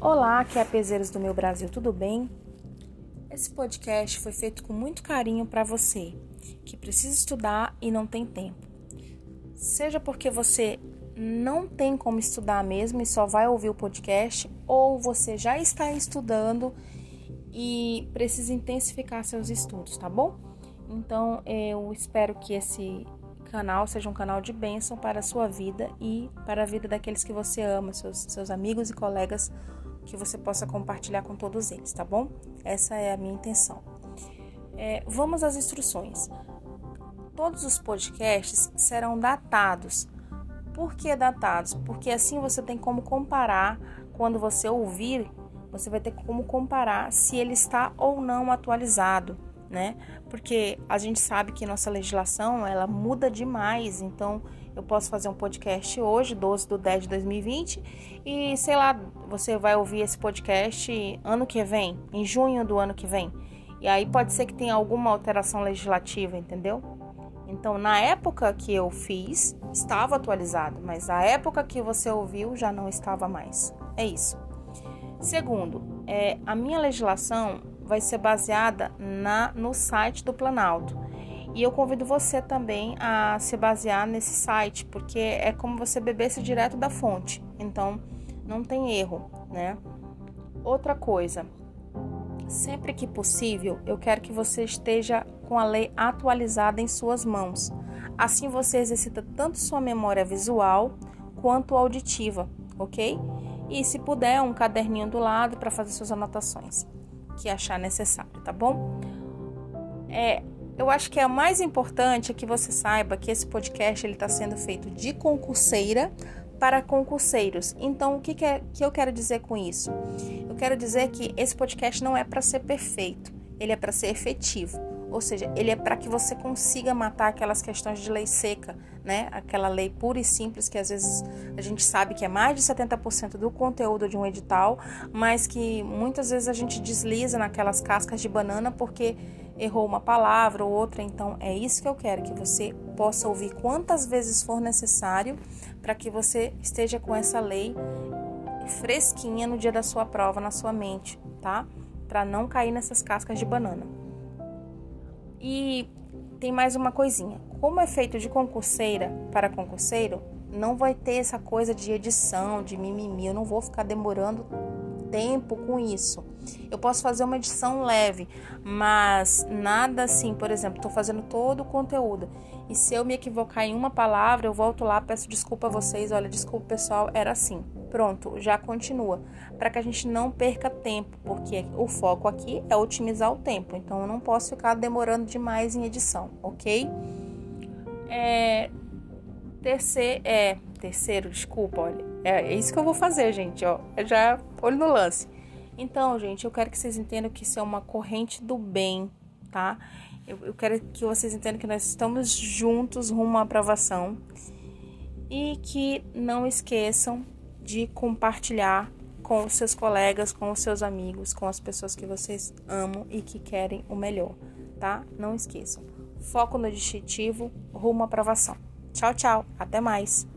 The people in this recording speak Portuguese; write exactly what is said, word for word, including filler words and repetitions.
Olá, aqui é a Pezeiros do Meu Brasil, tudo bem? Esse podcast foi feito com muito carinho para você, que precisa estudar e não tem tempo. Seja porque você não tem como estudar mesmo e só vai ouvir o podcast, ou você já está estudando e precisa intensificar seus estudos, tá bom? Então, eu espero que esse canal seja um canal de bênção para a sua vida e para a vida daqueles que você ama, seus, seus amigos e colegas, que você possa compartilhar com todos eles, tá bom? Essa é a minha intenção. É, vamos às instruções. Todos os podcasts serão datados. Por que datados? Porque assim você tem como comparar, quando você ouvir, você vai ter como comparar se ele está ou não atualizado, né? Porque a gente sabe que nossa legislação, ela muda demais, então eu posso fazer um podcast hoje, doze de dez de dois mil e vinte, e sei lá, você vai ouvir esse podcast ano que vem, em junho do ano que vem, e aí pode ser que tenha alguma alteração legislativa, entendeu? Então, na época que eu fiz, estava atualizado, mas a época que você ouviu já não estava mais. É isso. Segundo, é, a minha legislação vai ser baseada na, no site do Planalto. E eu convido você também a se basear nesse site, porque é como você bebesse direto da fonte. Então, não tem erro, né? Outra coisa, sempre que possível, eu quero que você esteja com a lei atualizada em suas mãos. Assim você exercita tanto sua memória visual quanto auditiva, ok? E se puder, um caderninho do lado para fazer suas anotações, que achar necessário, tá bom? É, eu acho que é mais importante é que você saiba que esse podcast ele está sendo feito de concurseira para concurseiros. Então, o que, que, é, que eu quero dizer com isso? Eu quero dizer que esse podcast não é para ser perfeito, ele é para ser efetivo. Ou seja, ele é para que você consiga matar aquelas questões de lei seca, né? Aquela lei pura e simples que às vezes a gente sabe que é mais de setenta por cento do conteúdo de um edital, mas que muitas vezes a gente desliza naquelas cascas de banana porque errou uma palavra ou outra. Então é isso que eu quero, que você possa ouvir quantas vezes for necessário para que você esteja com essa lei fresquinha no dia da sua prova na sua mente, tá? Para não cair nessas cascas de banana. E tem mais uma coisinha. Como é feito de concurseira para concurseiro, não vai ter essa coisa de edição, de mimimi. Eu não vou ficar demorando tempo com isso. Eu posso fazer uma edição leve, mas nada assim, por exemplo, estou fazendo todo o conteúdo. E se eu me equivocar em uma palavra, eu volto lá, peço desculpa a vocês. Olha, desculpa pessoal, era assim. Pronto, já continua. Para que a gente não perca tempo, porque o foco aqui é otimizar o tempo. Então, eu não posso ficar demorando demais em edição, ok? É, terceiro, é, terceiro, desculpa, olha. É, é isso que eu vou fazer, gente, ó. Eu já olho no lance. Então, gente, eu quero que vocês entendam que isso é uma corrente do bem, tá? Eu, eu quero que vocês entendam que nós estamos juntos rumo à aprovação. E que não esqueçam de compartilhar com os seus colegas, com os seus amigos, com as pessoas que vocês amam e que querem o melhor, tá? Não esqueçam. Foco no objetivo, rumo à aprovação. Tchau, tchau. Até mais.